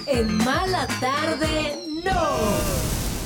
En Mala Tarde, no.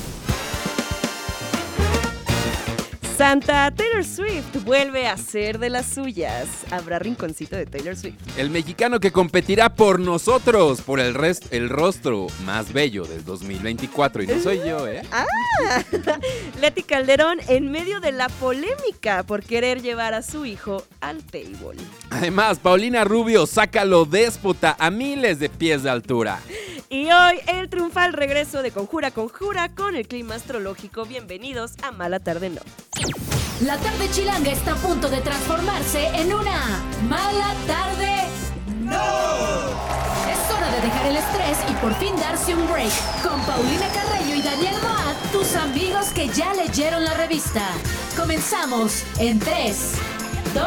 Santa Taylor Swift vuelve a ser de las suyas. Habrá rinconcito de Taylor Swift. El mexicano que competirá por nosotros, por el rostro más bello del 2024. Y no soy yo, ¿eh? Leti Calderón en medio de la polémica por querer llevar a su hijo al table. Además, Paulina Rubio saca lo déspota a miles de pies de altura. Y hoy el triunfal regreso de Conjura con el clima astrológico. Bienvenidos a Mala Tarde No. La tarde chilanga está a punto de transformarse en una Mala Tarde No. Es hora de dejar el estrés y por fin darse un break. Con Paulina Carreño y Daniel Moat, tus amigos que ya leyeron la revista. Comenzamos en 3, 2...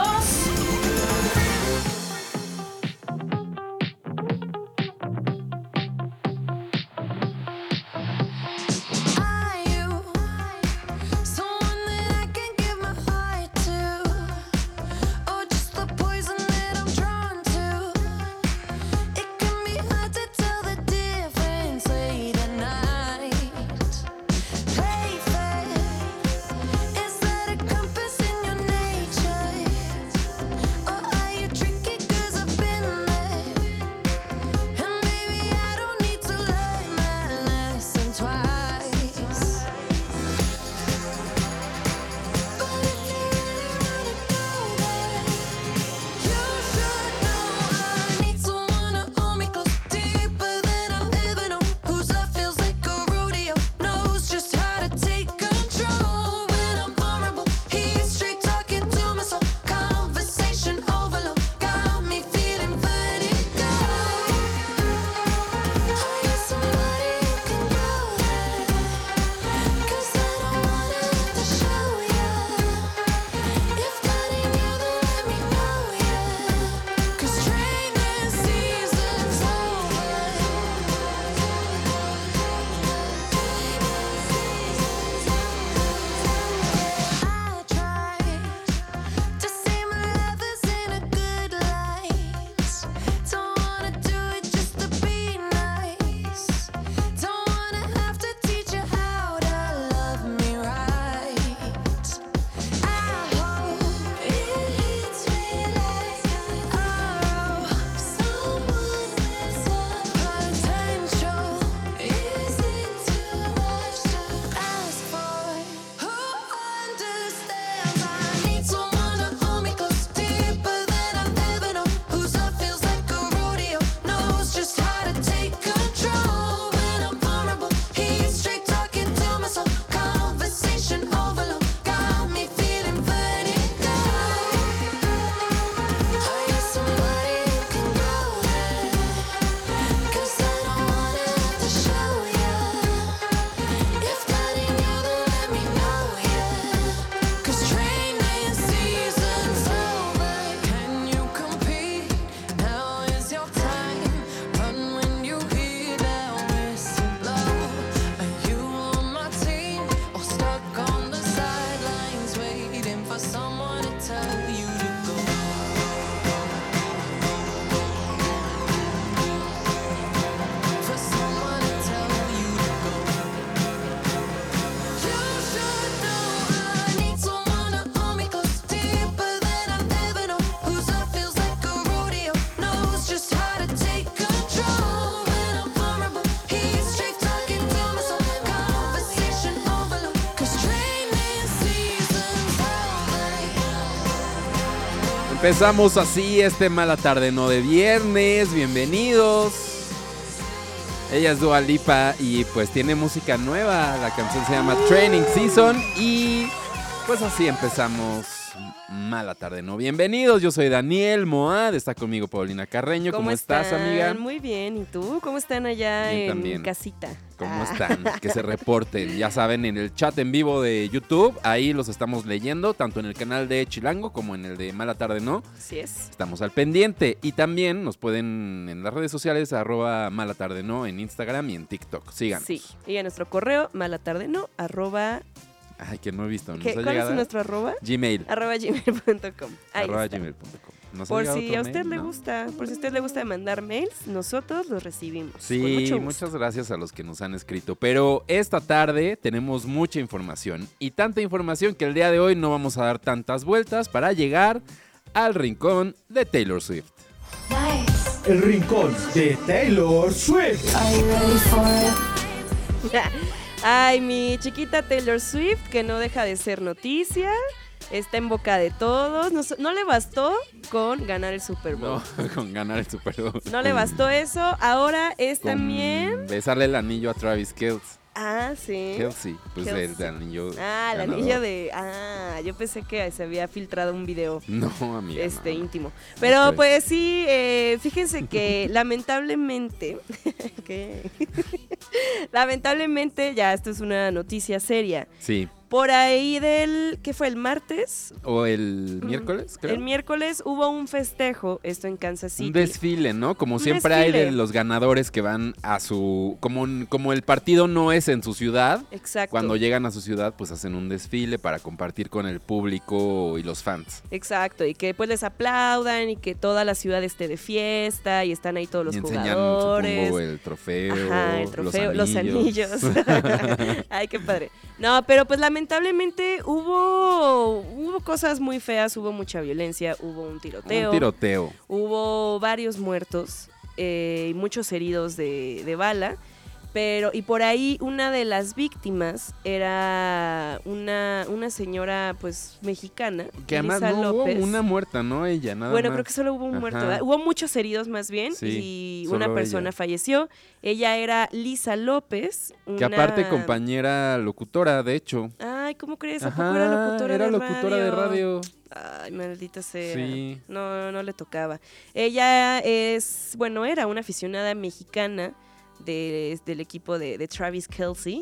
Empezamos así Mala Tarde No de viernes, bienvenidos. Ella es Dua Lipa y pues tiene música nueva, la canción se llama Training Season y pues así empezamos Mala Tarde No. Bienvenidos, yo soy Daniel Moad, está conmigo Paulina Carreño. ¿Cómo estás, amiga? Muy bien, ¿y tú? ¿Cómo están allá bien, en también. Casita? ¿Cómo están? Que se reporten. Ya saben, en el chat en vivo de YouTube, ahí los estamos leyendo, tanto en el canal de Chilango como en el de Mala Tarde No. Así es. Estamos al pendiente. Y también nos pueden en las redes sociales, @Mala Tarde No, en Instagram y en TikTok. Síganos. Sí, y a nuestro correo, malatardeno, Ay, que no he visto. ¿Cuál es nuestro arroba? Gmail. @gmail.com. @gmail.com. nos ha Por llegado si otro a usted mail, le ¿no? gusta, por si a usted le gusta mandar mails, nosotros los recibimos. Con Sí, mucho gusto. muchas gracias a los que nos han escrito. Pero esta tarde tenemos mucha información. Y tanta información que el día de hoy no vamos a dar tantas vueltas para llegar al rincón de Taylor Swift. El rincón de Taylor Swift. Ay, mi chiquita Taylor Swift, que no deja de ser noticia, está en boca de todos. No le bastó con ganar el Super Bowl. No, con ganar el Super Bowl. No le bastó eso. Ahora es Con también... besarle el anillo a Travis Kelce. Ah, sí. Kelce, pues Kelce. el anillo. Ah, el ganador. anillo de... yo pensé que se había filtrado un video No, amiga. no. íntimo. Pero Ok. pues sí, fíjense que lamentablemente... ¿Qué? Lamentablemente, ya esto es una noticia seria. Sí. Por ahí ¿qué fue? ¿El martes? O el miércoles, creo. El miércoles hubo un festejo, esto en Kansas City. Un desfile, ¿no? Como Un siempre hay de desfile. los ganadores que van a su... Como el partido no es en su ciudad, Exacto. cuando llegan a su ciudad, pues hacen un desfile para compartir con el público y los fans. Exacto, y que pues les aplaudan y que toda la ciudad esté de fiesta y están ahí todos los y enseñan, jugadores. supongo, el trofeo, Ajá, el trofeo, los anillos. anillos. Ay, qué padre. No, pero pues lamentablemente hubo cosas muy feas, hubo mucha violencia, hubo un tiroteo. Un tiroteo. Hubo varios muertos y muchos heridos de bala. Y por ahí una de las víctimas era una señora pues mexicana, Que además Lisa no López. hubo una muerta, ¿no? Ella, nada Bueno, más. creo que solo hubo un muerto, Ajá. ¿verdad? Hubo muchos heridos más bien Sí, y solo una persona ella. falleció. Ella era Lisa López. Que aparte compañera locutora, de hecho. Ay, ¿cómo crees? ¿A poco era locutora era de locutora de radio. Ay, maldita sea. Sí. No le tocaba. Ella era una aficionada mexicana del equipo de Travis Kelce.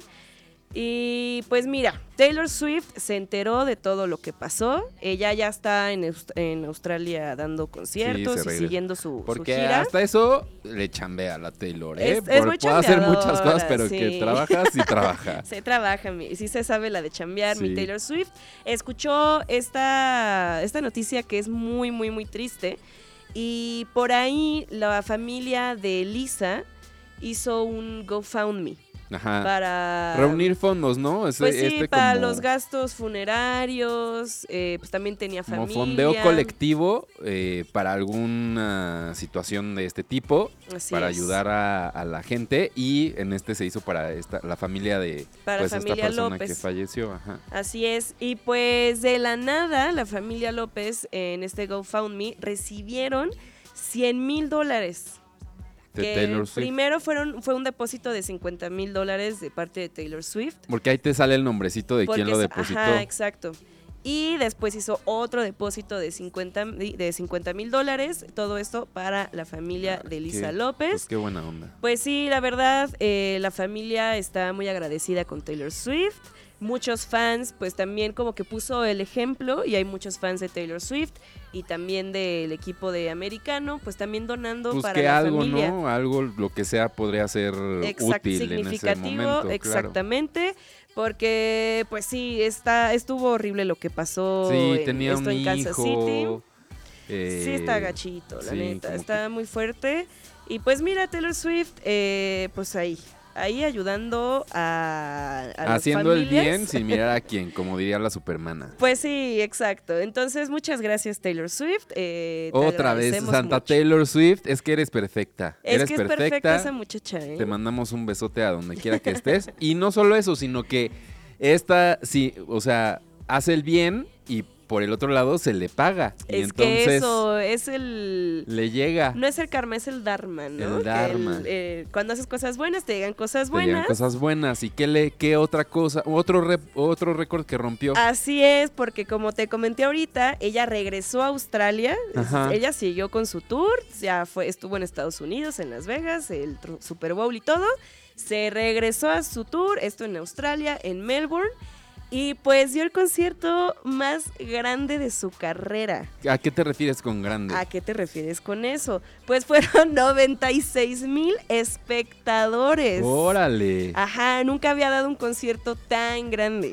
Y pues mira, Taylor Swift se enteró de todo lo que pasó. Ella ya está en Australia dando conciertos se y regresa. siguiendo su Porque gira. hasta eso le chambea a la Taylor, ¿eh? Es muy puede hacer muchas cosas, chambeadora, pero sí. que trabaja, sí trabaja. Se trabaja, sí se sabe la de chambear, Sí. mi Taylor Swift. Escuchó esta noticia que es muy, muy, muy triste. Y por ahí la familia de Lisa hizo un GoFundMe Ajá. para... Reunir fondos, ¿no? Pues sí, para como, los gastos funerarios, pues también tenía como familia. fondeo colectivo para alguna situación de este tipo, Así para es. ayudar a la gente, y en este se hizo para la familia de Para pues, familia esta persona López. que falleció. Ajá. Así es, y pues de la nada, la familia López en este GoFundMe recibieron $100,000. De Que Taylor Swift. primero fue un depósito de $50,000 de parte de Taylor Swift. Porque ahí te sale el nombrecito de quién lo depositó. Ajá, exacto. Y después hizo otro depósito de $50,000, todo esto para la familia de Lisa López. Pues qué buena onda. Pues sí, la verdad, la familia está muy agradecida con Taylor Swift. Muchos fans, pues también como que puso el ejemplo, y hay muchos fans de Taylor Swift y también del equipo de americano, pues también donando Pues para que la algo, familia. ¿no? Algo, lo que sea, podría ser útil en ese Significativo, momento. exactamente, porque pues sí, estuvo horrible lo que pasó Sí, tenía esto un en Kansas hijo. City. Sí, Sí está gachito, la sí, neta, como está muy fuerte. Y pues mira, Taylor Swift, pues ahí ayudando a las haciendo el familias. bien sin mirar a quién, como diría la Supermana. Pues sí, exacto. Entonces, muchas gracias, Taylor Swift. Te Otra vez, agradecemos Santa mucho. Taylor Swift, es que eres perfecta. Es eres que es perfecta esa muchacha, ¿eh? Te mandamos un besote a donde quiera que estés. Y no solo eso, sino que esta, sí, o sea, hace el bien y por el otro lado se le paga. Y Es entonces que eso es el... le llega. No es el karma, es el dharma, ¿no? El dharma. Que cuando haces cosas buenas, te llegan cosas Te llegan buenas. cosas buenas. ¿Y qué otra cosa? Otro récord que rompió. Así es, porque como te comenté ahorita, ella regresó a Australia, Ajá. ella siguió con su tour, estuvo en Estados Unidos, en Las Vegas, el Super Bowl y todo, se regresó a su tour, esto en Australia, en Melbourne, y pues dio el concierto más grande de su carrera. ¿A qué te refieres con grande? ¿A qué te refieres con eso? Pues fueron 96,000 espectadores. ¡Órale! Ajá, nunca había dado un concierto tan grande.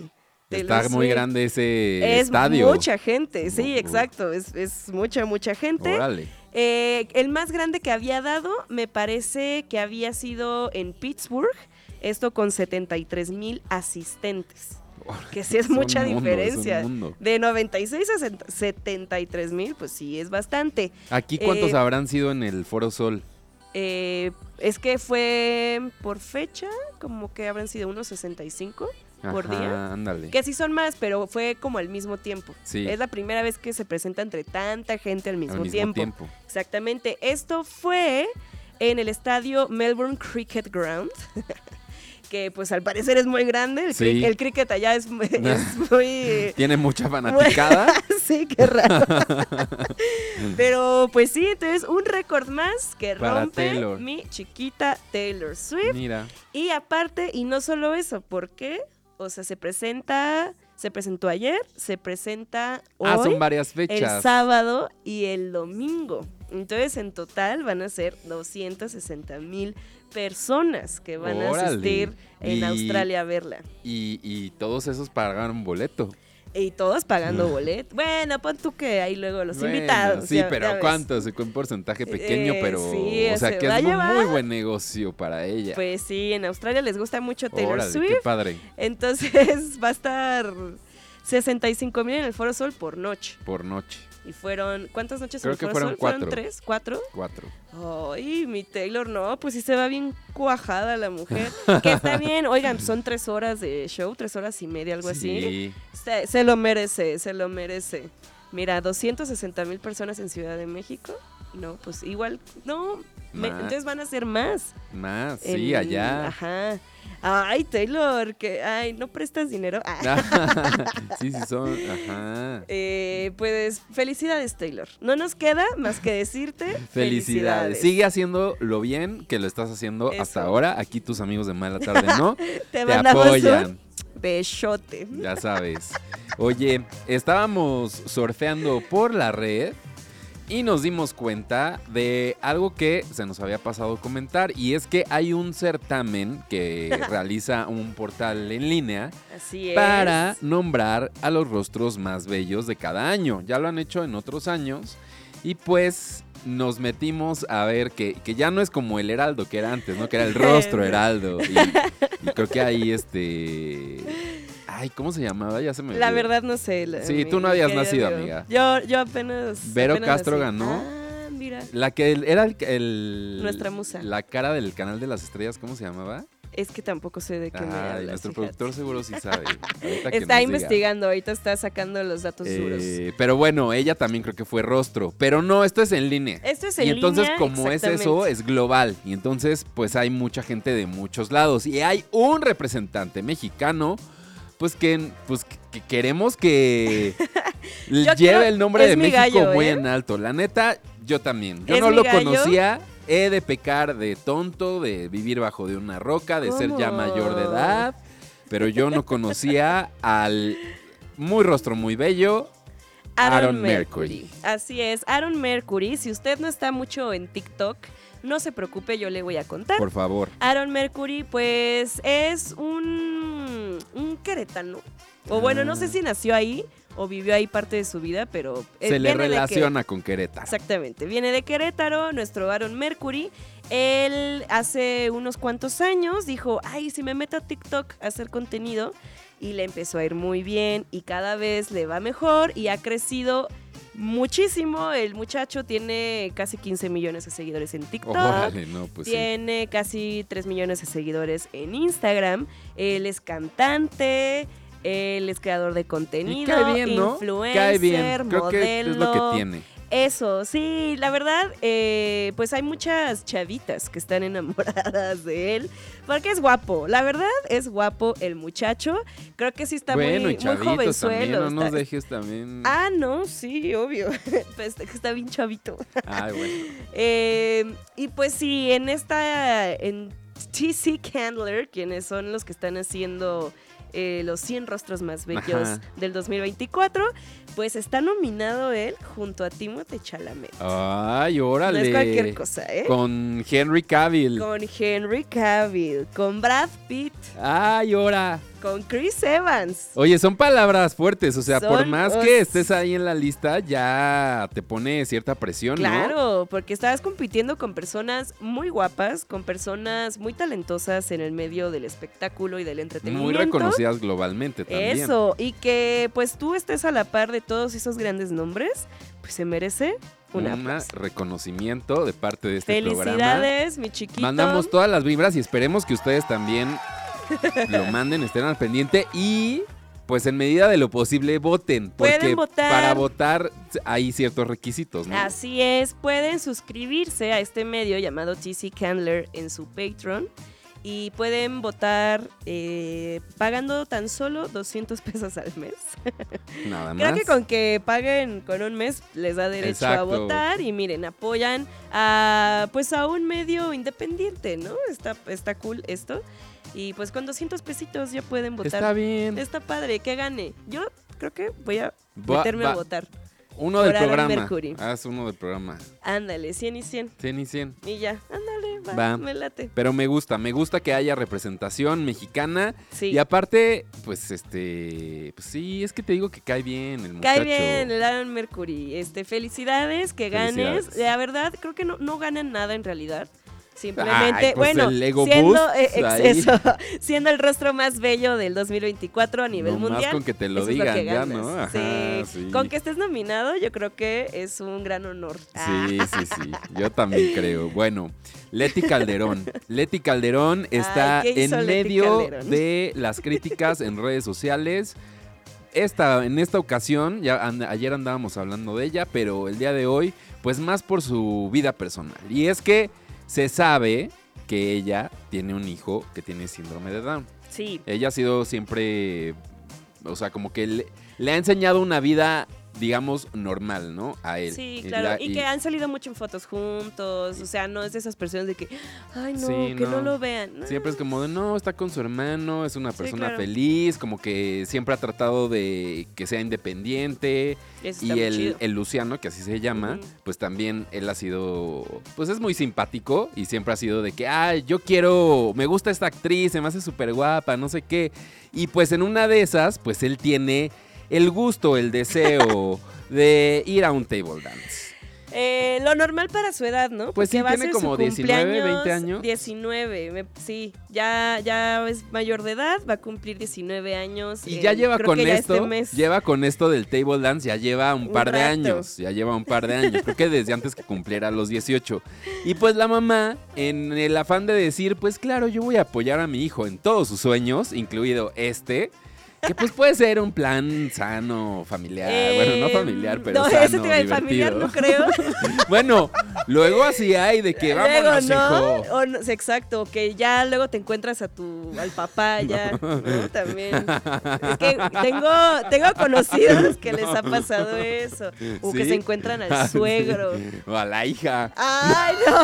Taylor Está muy Swift. grande ese Es estadio. mucha gente, sí, exacto. Es mucha gente. Órale. El más grande que había dado, me parece que había sido en Pittsburgh, esto con 73,000 asistentes. Que sí es Es un mucha mundo, diferencia. es un mundo. De 96 a 73,000, pues sí, es bastante. ¿Aquí cuántos habrán sido en el Foro Sol? Es que fue por fecha, como que habrán sido unos 65 por Ajá, día. ándale. Que sí son más, pero fue como al mismo tiempo. Sí. Es la primera vez que se presenta entre tanta gente al Al mismo mismo tiempo. tiempo. Exactamente. Esto fue en el estadio Melbourne Cricket Ground. Que pues al parecer es muy grande. Sí. El cricket allá es muy... Tiene mucha fanaticada. Sí, qué raro. Pero pues sí, entonces un récord más que Para rompe Taylor. mi chiquita Taylor Swift. Mira. Y aparte, y no solo eso, ¿por qué? O sea, se presentó ayer, se presenta hoy, Son varias el fechas. sábado y el domingo. Entonces, en total van a ser 260,000 personas que van a Órale. asistir en Y- Australia a verla. Y todos esos pagaron boleto. Y todos pagando boleto. Bueno, pon tú que ahí luego los Bueno, invitados. sí, ya- pero ya ves. ¿cuánto? Se un porcentaje pequeño, pero sí, o sea se que va es a un llevar. muy buen negocio para ella. Pues sí, en Australia les gusta mucho Taylor Órale, Swift. qué padre. Entonces va a estar 65,000 en el Foro Sol por noche. Por noche. Y fueron, ¿cuántas noches Creo en el que Foro fueron Sol? 4. ¿Fueron 3? ¿4? 4. Ay, mi Taylor, no, pues sí se va bien cuajada la mujer. Que está bien, oigan, son 3 horas de show, 3 horas y media, algo así. Se lo merece, se lo merece. Mira, 260,000 personas en Ciudad de México. No, pues igual, no. Entonces van a ser más. Más, sí, allá. Ajá. Ay, Taylor, que, ay, ¿no prestas dinero? Sí, son, ajá. Pues felicidades, Taylor. No nos queda más que decirte Felicidades. Sigue haciéndolo bien que lo estás haciendo Eso. hasta ahora. Aquí tus amigos de Mala Tarde, ¿no? Te Te mandamos apoyan. un besote. Ya sabes. Oye, estábamos surfeando por la red y nos dimos cuenta de algo que se nos había pasado comentar, y es que hay un certamen que realiza un portal en línea Así es. para nombrar a los rostros más bellos de cada año. Ya lo han hecho en otros años y pues nos metimos a ver que ya no es como el Heraldo que era antes, ¿no? Que era el rostro Heraldo. Y creo que ahí Ay, ¿cómo se llamaba? Ya se me olvidó. La verdad no sé. Sí, tú no habías querido nacido, amigo. amiga. Yo apenas. Vero apenas Castro nací. ganó. Ah, mira. La que era el Nuestra musa. La cara del canal de las estrellas, ¿cómo se llamaba? Es que tampoco sé de qué me Ay, hablas. nuestro fíjate. productor seguro sí sabe. Ahorita que Está nos diga. investigando, ahorita está sacando los datos duros. Pero bueno, ella también creo que fue rostro. Pero no, esto es en línea. Esto es en Y entonces, línea, como es eso, exactamente. es global. Y entonces, pues hay mucha gente de muchos lados. Y hay un representante mexicano, pues que queremos que Yo lleve creo- el nombre es de mi México gallo, muy ¿eh? en alto. La neta, yo también. Yo ¿Es no mi lo gallo? conocía. He de pecar de tonto, de vivir bajo de una roca, de ser ya ¿Cómo? mayor de edad. Pero yo no conocía al muy rostro muy bello, Aaron Mercury. Así es, Aaron Mercury. Si usted no está mucho en TikTok, no se preocupe, yo le voy a contar. por favor. Aaron Mercury, pues, es un queretano. O bueno, no sé si nació ahí o vivió ahí parte de su vida, pero... Se le viene de relaciona con Querétaro. Exactamente, viene de Querétaro, nuestro Aaron Mercury. Él hace unos cuantos años dijo, ay, si me meto a TikTok a hacer contenido, y le empezó a ir muy bien y cada vez le va mejor y ha crecido muchísimo. El muchacho tiene casi 15 millones de seguidores en TikTok. Órale, no, pues sí. Tiene casi 3 millones de seguidores en Instagram. Él es cantante, él es creador de contenido, Y cae bien, ¿no? influencer, Cae bien. Creo modelo. que es lo que tiene. Eso, sí, la verdad, pues hay muchas chavitas que están enamoradas de él, porque es guapo, la verdad es guapo el muchacho, creo que sí está Bueno, muy, y chavitos muy también, jovenzuelo. no nos está- dejes también. Ah, no, sí, obvio, pues está bien chavito. Ay, bueno. Y pues sí, en TC Candler, quienes son los que están haciendo los 100 rostros más bellos Ajá. del 2024, pues está nominado él junto a Timothée Chalamet. Ay, No órale. es cualquier cosa, ¿eh? Con Henry Cavill. Con Henry Cavill, con Brad Pitt. Ay, ora. con Chris Evans. Oye, son palabras fuertes, o sea, por Son más que estés ahí en la lista, ya te pone cierta presión, ¿no? Claro, porque estabas compitiendo con personas muy guapas, con personas muy talentosas en el medio del espectáculo y del entretenimiento. Muy reconocidas globalmente también. Eso, y que pues tú estés a la par de todos esos grandes nombres, pues se merece un aplauso. Reconocimiento de parte de este programa. Felicidades, mi chiquito. Mandamos todas las vibras y esperemos que ustedes también lo manden, estén al pendiente y pues en medida de lo posible voten. Porque Pueden votar. para votar hay ciertos requisitos, ¿no? Así es, pueden suscribirse a este medio llamado TC Candler en su Patreon y pueden votar pagando tan solo 200 pesos al mes. Nada más. Creo que con que paguen con un mes les da derecho a Exacto. votar y miren, apoyan a un medio independiente, ¿no? Está cool esto. Y pues con 200 pesitos ya pueden votar. Está bien. Está padre, que gane. Yo creo que voy a Va- meterme va- a votar. Uno del por Alan programa. Mercury. Haz uno del programa. Ándale, 100 y 100. 100 y 100. Y ya, ándale, Va. me late. Pero me gusta que haya representación mexicana. Sí. Y aparte, pues pues sí, es que te digo que cae bien el muchacho. Cae bien el Alan Mercury. Felicidades, que ganes. Felicidades. La verdad, creo que no ganan nada en realidad. Simplemente, Ay, pues bueno, el ego siendo, boost ahí. siendo el rostro más bello del 2024 a nivel Nomás mundial. con que te lo eso es digan, que ya, ganas. ¿no? Ajá, Sí. sí. Con que estés nominado, yo creo que es un gran honor. Sí, yo también creo. Bueno, Leti Calderón. Leti Calderón está Ay, ¿qué hizo en Leti medio Calderón? de las críticas en redes sociales. En esta ocasión, ayer andábamos hablando de ella, pero el día de hoy, pues más por su vida personal. Y es que se sabe que ella tiene un hijo que tiene síndrome de Down. Sí. Ella ha sido siempre, o sea, como que le ha enseñado una vida, digamos, normal, ¿no? A él. Sí, claro. Y que han salido mucho en fotos juntos. O sea, no es de esas personas de que, ay, no, Sí, que no. no lo vean. No. Siempre es como de, no, está con su hermano, es una Sí, persona claro. feliz, como que siempre ha tratado de que sea independiente. Eso Y está muy chido. el Luciano, que así se llama, Ujú. pues también él ha sido, pues es muy simpático y siempre ha sido de que, ay, me gusta esta actriz, se me hace súper guapa, no sé qué. Y pues en una de esas, pues él tiene el gusto, el deseo de ir a un table dance. Lo normal para su edad, ¿no? Pues Porque sí, va a tiene ser como su 19, cumpleaños, 20 años. 19, sí. Ya es mayor de edad, va a cumplir 19 años. Y ya lleva creo con que ya esto, este mes. lleva con esto del table dance, ya lleva un par de rato. años, creo que desde antes que cumpliera los 18. Y pues la mamá, en el afán de decir, pues claro, yo voy a apoyar a mi hijo en todos sus sueños, incluido que pues puede ser un plan sano, familiar, bueno, no familiar, pero no, sano, ese tema de familiar no creo. Bueno, luego así hay de que vámonos, Luego, ¿no? hijo. O no, sí, exacto, que ya luego te encuentras al papá ya, ¿no? También. Es que tengo conocidos que les ha pasado eso. O que ¿Sí? se encuentran al suegro. O a la hija. ¡Ay, no!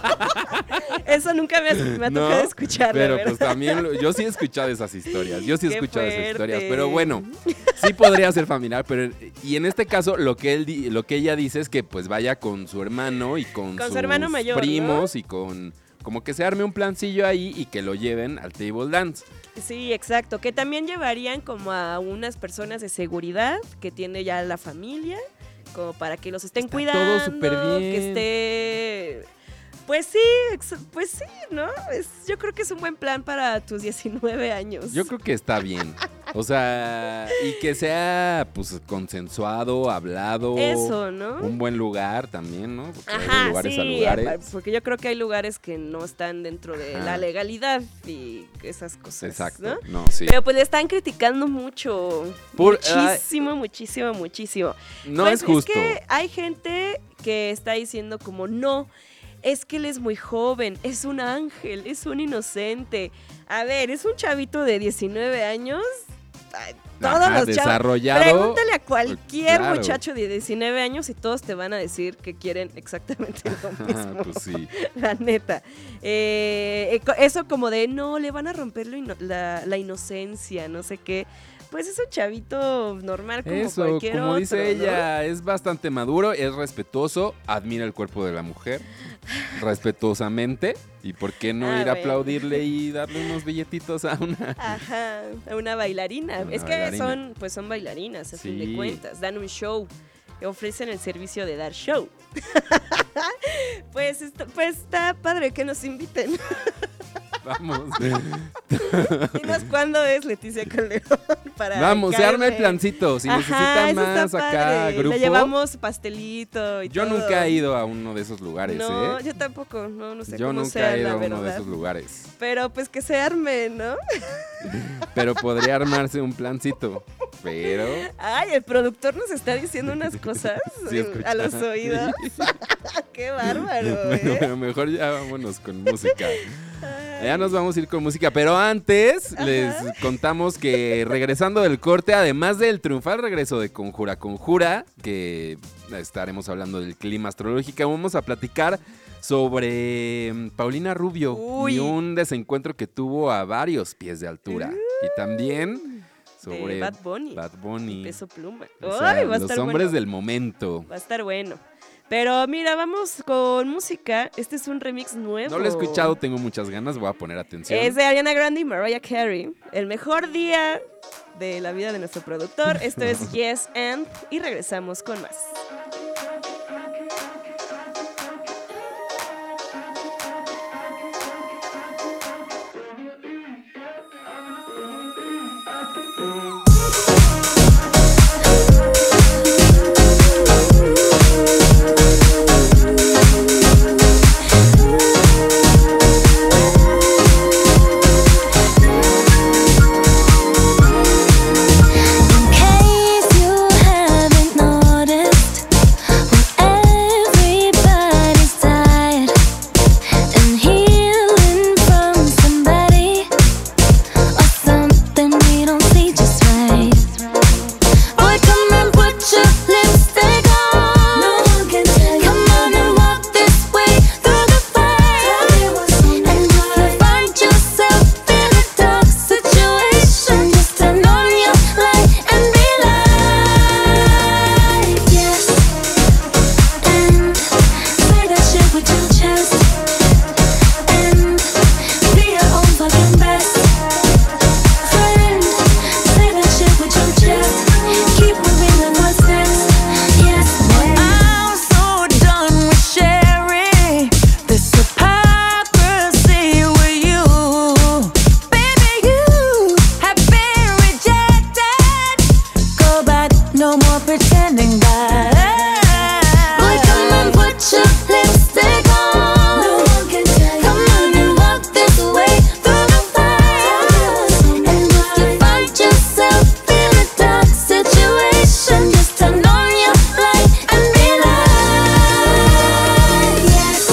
Eso nunca me ha No, tocado escucharlo. Pero ¿verdad? pues también yo sí he escuchado esas historias. Yo sí he Qué escuchado esas fuerte. historias. Pero bueno, sí podría ser familiar. Y en este caso, lo que ella dice es que pues vaya con su hermano y con Con su sus hermano mayor, primos y con como que se arme un plancillo ahí y que lo lleven al table dance. Sí, exacto. Que también llevarían como a unas personas de seguridad que tiene ya la familia, como para que los estén Está cuidando. todo súper bien. Que esté. Pues sí, ¿no? Yo creo que es un buen plan para tus 19 años. Yo creo que está bien. O sea, y que sea pues consensuado, hablado. Eso, ¿no? Un buen lugar también, ¿no? Porque hay de Ajá, lugares a sí, lugares. porque yo creo que hay lugares que no están dentro de Ajá. la legalidad y esas cosas, Exacto. ¿no? No, sí. Pero pues le están criticando mucho. Muchísimo. No Pues es justo. Es que hay gente que está diciendo como no. Es que él es muy joven, es un ángel, es un inocente. A ver, es un chavito de 19 años. Ay, todos Ajá, los chavos. desarrollado. Pregúntale a cualquier Claro. muchacho de 19 años y todos te van a decir que quieren exactamente lo mismo. Pues sí. La neta. Eso como de, no, le van a romper la inocencia, no sé qué. Pues es un chavito normal como Eso, cualquier como otro, dice ¿no? ella, es bastante maduro, es respetuoso, admira el cuerpo de la mujer, respetuosamente. ¿Y por qué no ir a bueno. aplaudirle y darle unos billetitos a una? Ajá, a una bailarina. Una Es que bailarina. son bailarinas, a fin Sí. de cuentas. Dan un show. Ofrecen el servicio de dar show. pues está padre que nos inviten. Vamos. Dinos cuándo es Leticia Calderón para Vamos, se arma el caerle. plancito. Si Ajá, necesitan eso más está acá padre. grupo. Le llevamos pastelito y Yo todo. nunca he ido a uno de esos lugares, No, ¿eh? yo tampoco, no sé Yo cómo nunca sea he ido la a uno de verdad. esos lugares. Pero pues que se arme, ¿no? Pero podría armarse un plancito. Pero. Ay, el productor nos está diciendo unas cosas Sí, a los escucha. oídos. Qué bárbaro, Bueno, ¿eh? pero mejor ya vámonos con música. Ya nos vamos a ir con música, pero antes les contamos que regresando del corte, además del triunfal regreso de Conjura Conjura, que estaremos hablando del clima astrológico, vamos a platicar sobre Paulina Rubio Uy. y un desencuentro que tuvo a varios pies de altura. Y también sobre De Bad Bunny. Bad Bunny. Peso Pluma. O sea, Ay, va a los estar hombres bueno. del momento. Va a estar bueno. Pero mira, vamos con música. Este es un remix nuevo. No lo he escuchado, tengo muchas ganas, voy a poner atención. Es de Ariana Grande y Mariah Carey. El mejor día de la vida de nuestro productor. Esto es Yes and. Y regresamos con más. In case you haven't noticed, everybody's tired and healing from somebody or something we don't see just right. Boy, come and put your lipstick on. No one can tell you. Come on and walk this way through the fire. And if you find yourself in a dark situation, just turn on your light and be like, yes, and say that shit with your chest, and be your own fucking best friend. Say that shit with your chest. Keep moving like what's next. Yes, I'm so done with sharing this hypocrisy with you. Baby, you have been rejected. Go back, no more pretending that. Boy, come and put your lipstick on. No one can tell you. Come on and walk this way through the fire. And if you find yourself in a dark situation, just turn on your light and be like, yes,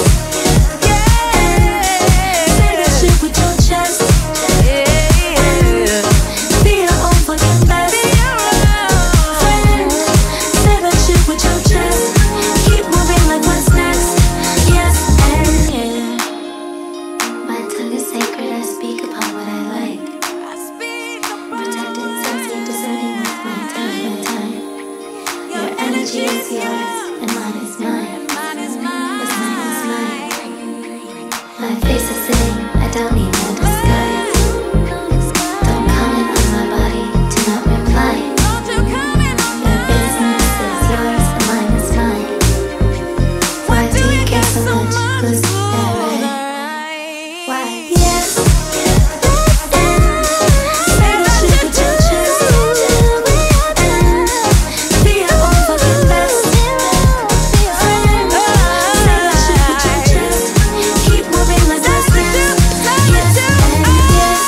yeah. Say that shit with your chest, yeah. Be your own fucking best friend. Say that shit with your chest. Keep moving like what's next. Yes, and yeah. My tongue is sacred. I speak upon what I like. Protected, sensing, discerning with my time. Your energy is yours, and mine is mine. What's mine is mine. My face is sitting. I don't need no disguise. Don't comment on my body. Do not reply. Your business is yours, and mine is mine. Why do you care so much? Who's that right? Why? Yes. And say that shit with your chest. And be your own fucking best friend. Say that shit with your chest. Keep moving like what's next. Yes, and yes.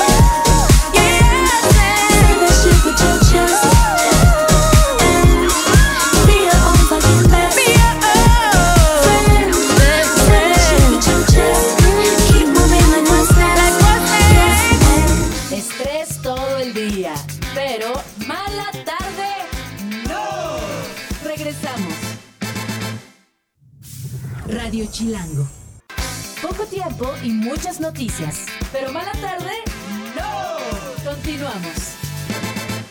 Say that shit with your chest. And be your own fucking best friend. Say that shit with your chest. Keep moving like what's next. Yes, and Estrés todo el día, pero mala tarde, no. Regresamos. Radio Chilango. Poco tiempo y muchas noticias, pero mala tarde, no. Continuamos.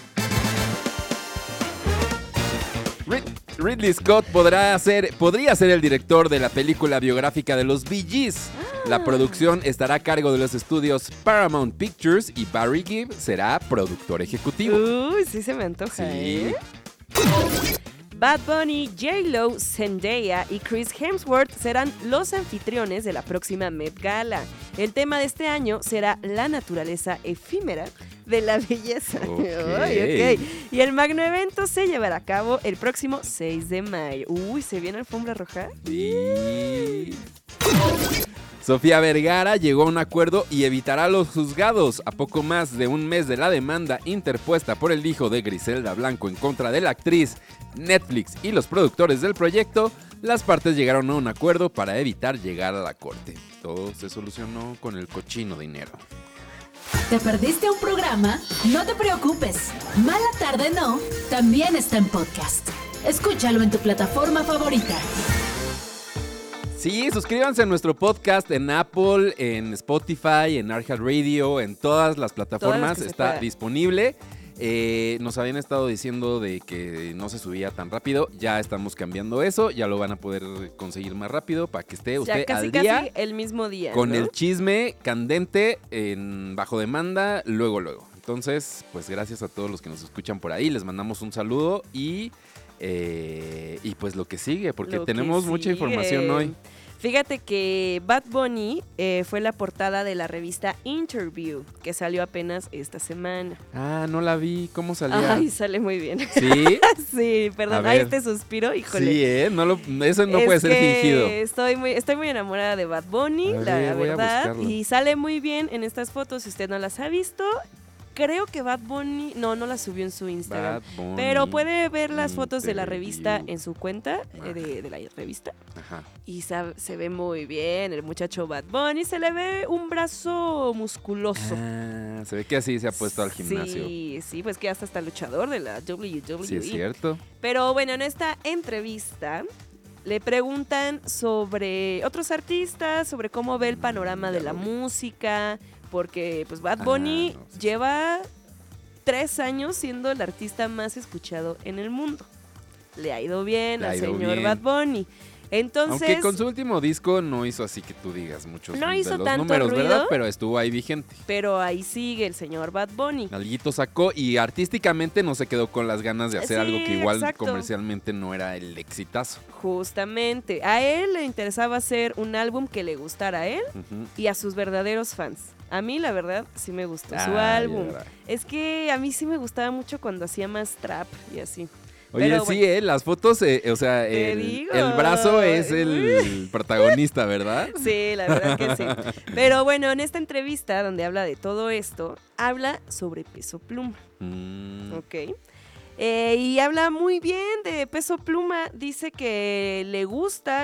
Ridley Scott podría ser el director de la película biográfica de los Bee Gees. La producción estará a cargo de los estudios Paramount Pictures y Barry Gibb será productor ejecutivo. Uy, sí se me antoja, Sí. ¿eh? Bad Bunny, J-Lo, Zendaya y Chris Hemsworth serán los anfitriones de la próxima Met Gala. El tema de este año será la naturaleza efímera de la belleza. Ok. Ay, ok. Y el magno evento se llevará a cabo el próximo 6 de mayo. Uy, ¿se viene alfombra roja? Y... Sofía Vergara llegó a un acuerdo y evitará a los juzgados. A poco más de un mes de la demanda interpuesta por el hijo de Griselda Blanco en contra de la actriz, Netflix y los productores del proyecto, las partes llegaron a un acuerdo para evitar llegar a la corte. Todo se solucionó con el cochino dinero. ¿Te perdiste un programa? No te preocupes. Mala Tarde No también está en podcast. Escúchalo en tu plataforma favorita. Sí, suscríbanse a nuestro podcast en Apple, en Spotify, en iHeartRadio, en todas las plataformas. Todas las que se Está pueda. disponible. Nos habían estado diciendo de que no se subía tan rápido. Ya estamos cambiando eso. Ya lo van a poder conseguir más rápido para que esté usted Ya casi, al día casi el mismo día, con ¿no? el chisme candente en bajo demanda luego. Entonces, pues gracias a todos los que nos escuchan por ahí. Les mandamos un saludo y pues lo que sigue, porque Lo que tenemos mucha sigue. información hoy. Fíjate que Bad Bunny fue la portada de la revista Interview, que salió apenas esta semana. Ah, no la vi. ¿Cómo salía? Ay, sale muy bien. ¿Sí? Sí, perdón. A Ay, ver. este suspiro, híjole. Sí, eso no Es puede ser que fingido. Estoy muy enamorada de Bad Bunny, A la ver, voy a verdad. buscarlo. Y sale muy bien en estas fotos. Si usted no las ha visto, creo que Bad Bunny no las subió en su Instagram. Bad Bunny, Pero puede ver las fotos de la Interview. revista en su cuenta de la revista. Ajá. Y se ve muy bien el muchacho Bad Bunny. Se le ve un brazo musculoso. Ah, se ve que así se ha puesto al gimnasio. Sí, pues que hasta está luchador de la WWE. Sí, es cierto. Pero bueno, en esta entrevista le preguntan sobre otros artistas, sobre cómo ve el panorama de la música, porque pues Bad Bunny no, sí. lleva 3 años siendo el artista más escuchado en el mundo. Le ha ido bien Le ha al ido señor bien. Bad Bunny. Entonces, Aunque con su último disco no hizo así que tú digas muchos No de hizo los tanto números, ruido. ¿verdad? Pero estuvo ahí vigente. pero ahí sigue el señor Bad Bunny. Alguito sacó y artísticamente no se quedó con las ganas de hacer Sí, algo que igual exacto. comercialmente no era el exitazo. Justamente. A él le interesaba hacer un álbum que le gustara a él Ujú. y a sus verdaderos fans. A mí, la verdad, sí me gustó su Ah, álbum. ya. Es que a mí sí me gustaba mucho cuando hacía más trap y así. Oye, Pero sí, bueno. las fotos, o sea, Te el digo. brazo es el protagonista, ¿verdad? Sí, la verdad que sí. Pero bueno, en esta entrevista donde habla de todo esto, habla sobre Peso Pluma. Mm, Ok. Y habla muy bien de Peso Pluma. Dice que le gusta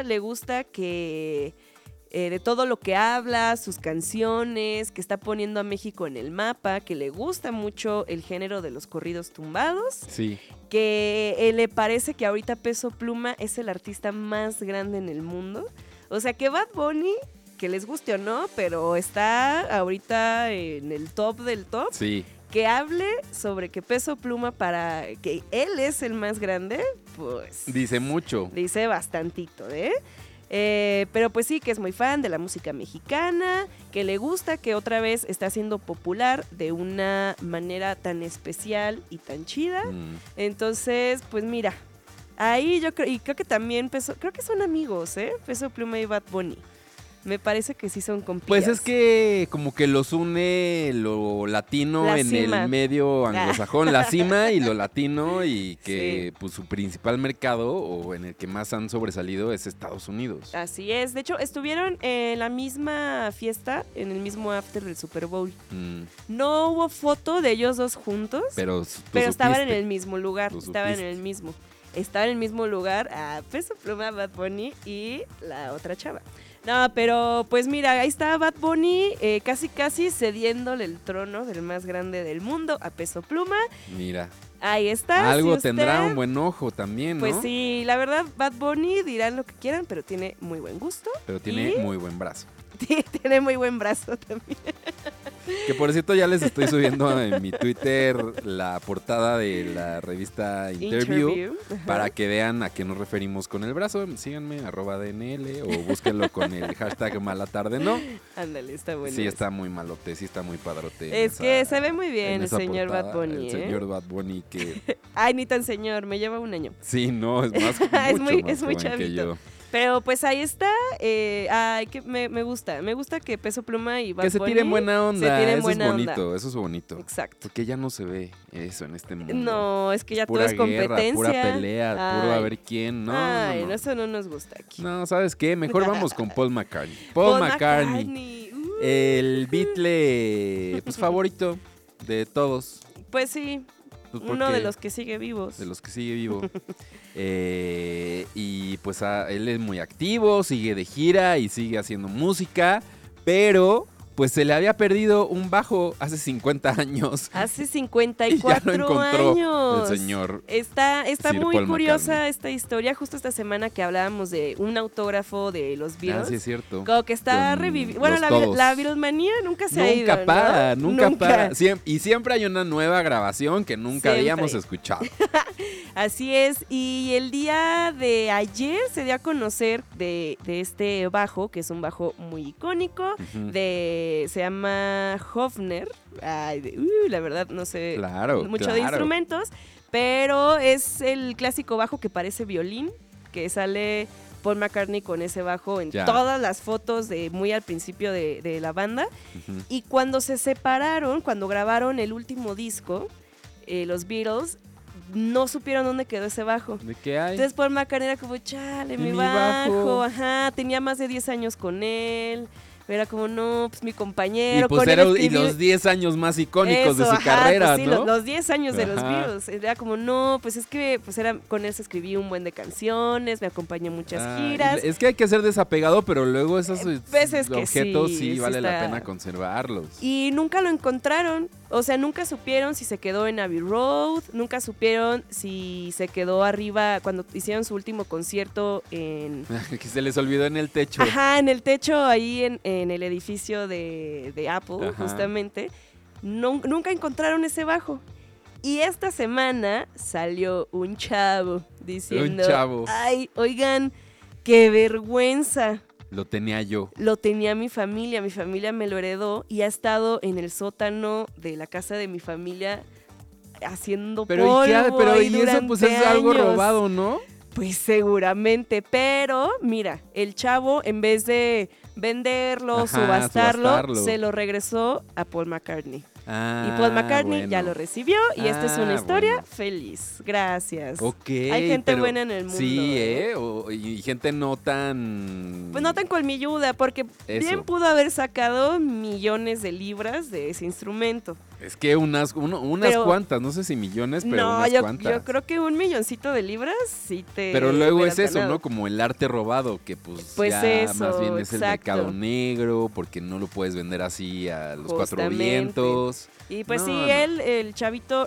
que de todo lo que habla, sus canciones, que está poniendo a México en el mapa, que le gusta mucho el género de los corridos tumbados, sí. que le parece que ahorita Peso Pluma es el artista más grande en el mundo. O sea que Bad Bunny, que les guste o no, pero está ahorita en el top del top. Sí. Que hable sobre que Peso Pluma para que él es el más grande, pues Dice mucho. dice bastantito, ¿eh? Pero pues sí, que es muy fan de la música mexicana, que le gusta que otra vez está siendo popular de una manera tan especial y tan chida. Mm. Entonces, pues mira, ahí yo creo que también creo que son amigos, ¿eh? Peso Pluma y Bad Bunny. Me parece que sí son compillas. Pues es que como que los une lo latino La en cima. el medio anglosajón, la cima y lo latino, y que Sí. pues su principal mercado o en el que más han sobresalido es Estados Unidos. Así es. De hecho, estuvieron en la misma fiesta, en el mismo after del Super Bowl. Mm, No hubo foto de ellos dos juntos, pero pero estaban en supiste. el mismo lugar. Tú Estaban en supiste. el mismo. Estaba en el mismo lugar a Peso Pluma, Bad Bunny y la otra chava. No, pero pues mira, ahí está Bad Bunny casi cediéndole el trono del más grande del mundo a Peso Pluma. Mira, Ahí está. algo si usted- tendrá un buen ojo también, ¿no? Pues sí, la verdad, Bad Bunny dirán lo que quieran, pero tiene muy buen gusto. Pero tiene y muy buen brazo. tiene muy buen brazo también. Que por cierto ya les estoy subiendo en mi Twitter la portada de la revista Interview para que vean a qué nos referimos con el brazo. Síganme, @DNL o búsquenlo con el hashtag Malatarde, ¿no? Ándale, está bueno. Sí, está muy malote, sí está muy padrote. Es que se ve muy bien en el esa señor portada, Bad Bunny, El señor Bad Bunny que... Ay, ni tan señor, me lleva un año. Sí, no, es más, Es mucho muy- más es muy joven que chavito. yo. Pero pues ahí está. Ay, que me gusta. Me gusta que Peso Pluma y Bad Que se Bunny tiren buena onda, tiren eso buena es onda. bonito, eso es bonito. Exacto. Porque ya no se ve eso en este mundo. No, es que ya todo Pura es competencia. guerra, pura pelea, puro a Ay. ver quién. No, Ay, no, no. eso no nos gusta aquí. No, ¿sabes qué? Mejor vamos con Paul McCartney. Paul McCartney, el Beatle pues favorito de todos. Pues sí, Pues uno de porque- los que sigue vivos. de los que sigue vivo. Y pues él es muy activo, sigue de gira y sigue haciendo música, pero pues se le había perdido un bajo hace 50 años. Hace Y ya 54 lo encontró años. el señor. Está Sir muy Paul curiosa McCartney. esta historia. Justo esta semana que hablábamos de un autógrafo de los Ah, Beatles. sí es cierto. Como que está Con reviviendo. Bueno, los todos. la Beatlemanía nunca se ha ido. Nunca ¿no? para, nunca para. Y siempre hay una nueva grabación que nunca Siempre. habíamos escuchado. Así es. Y el día de ayer se dio a conocer de este bajo, que es un bajo muy icónico. Ujú. Se llama Hofner. Ay, la verdad no sé Claro, mucho de claro. instrumentos, pero es el clásico bajo que parece violín, que sale Paul McCartney con ese bajo en Ya. todas las fotos de muy al principio de la banda. Ujú. Y cuando se separaron, cuando grabaron el último disco, los Beatles, no supieron dónde quedó ese bajo. ¿De qué hay? Entonces Paul McCartney era como, chale, ¿Y mi mi bajo, bajo? ajá, tenía más de 10 años con él. Era como, no, pues mi Y compañero. pues con él era y escribí- los 10 años más icónicos de Eso, su ajá, carrera, pues sí, ¿no? los 10 años de los Ajá. Beatles. Era como, no, pues es que pues era, con él se escribí un buen de canciones, me acompañó en muchas Ah, giras. es que hay que ser desapegado, pero luego esos veces que objetos sí, sí sí vale la está- pena conservarlos. Y nunca lo encontraron. O sea, nunca supieron si se quedó en Abbey Road, nunca supieron si se quedó arriba cuando hicieron su último concierto en... Que se les olvidó en el techo. Ajá, en el techo, ahí en el edificio de Apple, Ajá. justamente. Nunca encontraron ese bajo. Y esta semana salió un chavo diciendo... Un chavo. Ay, oigan, qué vergüenza. Lo tenía yo. Lo tenía mi familia me lo heredó y ha estado en el sótano de la casa de mi familia haciendo Pero polvo ¿y qué? Pero ahí y eso pues es durante algo años. robado, ¿no? Pues seguramente, pero mira, el chavo en vez de venderlo, Ajá, subastarlo, subastarlo. se lo regresó a Paul McCartney. Ah, Y Paul McCartney ya bueno. lo recibió y esta es una Ah, historia bueno. feliz. Gracias. Ok. Hay gente pero- buena en el mundo. Sí, y gente no tan... Pues no tan colmilluda, porque Eso. bien pudo haber sacado millones de libras de ese instrumento. Es que unas Pero- cuantas, no sé si millones, pero No, unas yo cuantas. creo que $1 milloncito de libras sí te. Pero luego hubieras es eso, ganado. ¿no? Como el arte robado, que Pues ya eso, más bien es el exacto. mercado negro, porque no lo puedes vender así a los cuatro Justamente. vientos. Y pues No, sí, no. el chavito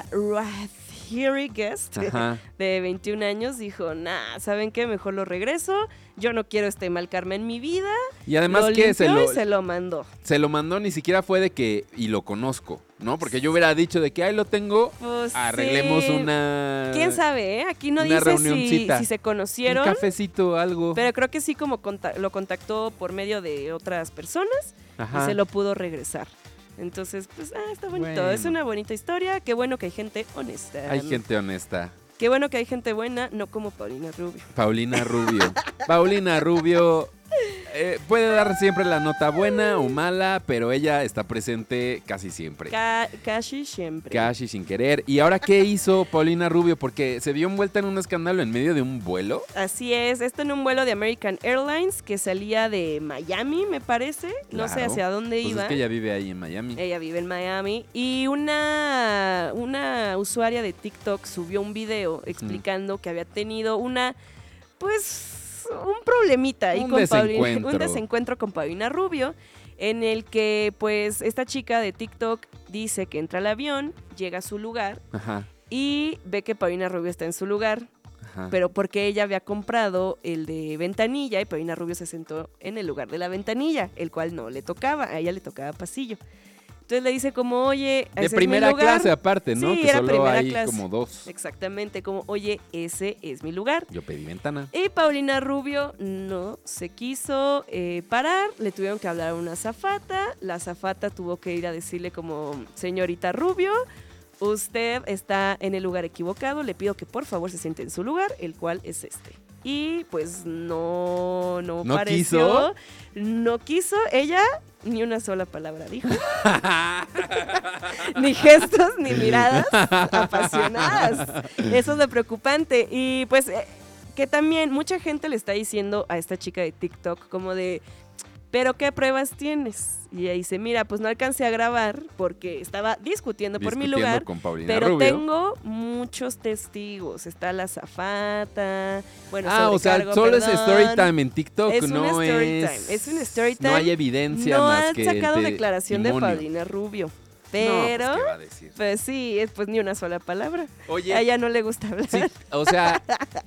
Thierry Guest, Ajá. de 21 años, dijo, nah, ¿saben qué? Mejor lo regreso. Yo no quiero este mal karma en mi vida. Y además lo que limpió y se lo mandó. se lo mandó, ni siquiera fue de que, y lo conozco, ¿no? Porque yo hubiera dicho de que ahí lo tengo, Pues arreglemos sí. una... ¿Quién sabe? Aquí no una dice reunioncita. si se Un conocieron. cafecito, algo. Pero creo que sí como lo contactó por medio de otras personas Ajá. y se lo pudo regresar. Entonces, pues, está bonito. Bueno. Es una bonita historia. Qué bueno que hay gente honesta. Hay gente honesta. Qué bueno que hay gente buena, no como Paulina Rubio. Paulina Rubio. Paulina Rubio puede dar siempre la nota buena o mala, pero ella está presente casi siempre. Casi siempre. Casi sin querer. ¿Y ahora qué hizo Paulina Rubio? Porque se vio envuelta en un escándalo en medio de un vuelo. Así es, esto en un vuelo de American Airlines que salía de Miami, me parece. No sé Claro. hacia dónde Pues iba. es que ella vive ahí en Miami. Ella vive en Miami y una usuaria de TikTok subió un video explicando que había tenido un problemita ahí Un con Paulina, desencuentro. un desencuentro con Paulina Rubio, en el que pues esta chica de TikTok dice que entra al avión, llega a su lugar Ajá, y ve que Paulina Rubio está en su lugar. ajá. Pero porque ella había comprado el de ventanilla y Paulina Rubio se sentó en el lugar de la ventanilla, el cual no le tocaba, a ella le tocaba pasillo. Entonces le dice como, oye, ese De es mi primera lugar. clase aparte, ¿no? Sí, Que era solo primera hay clase. como 2. Exactamente, como, oye, ese es mi lugar. Yo pedí ventana. Y Paulina Rubio no se quiso parar, le tuvieron que hablar a una azafata, la azafata tuvo que ir a decirle como, señorita Rubio, usted está en el lugar equivocado, le pido que por favor se siente en su lugar, el cual es este. Y pues no ¿No pareció, no quiso, ella ni una sola palabra dijo, ni gestos, ni miradas apasionadas. Eso es lo preocupante. Y pues que también mucha gente le está diciendo a esta chica de TikTok como de, ¿pero qué pruebas tienes? Y ella dice, mira, pues no alcancé a grabar porque estaba discutiendo por mi lugar, con Paulina pero Rubio. tengo muchos testigos. Está la azafata, bueno, O sea, sobrecargo, solo es perdón. story time en TikTok, Es no una story es... time, es una story time. No hay evidencia No más han que sacado el declaración de testimonio. Paulina Rubio, No, pero pues, ¿qué va a decir? pues sí, pues ni una sola palabra. Oye, A ella no le gusta hablar. sí, o sea,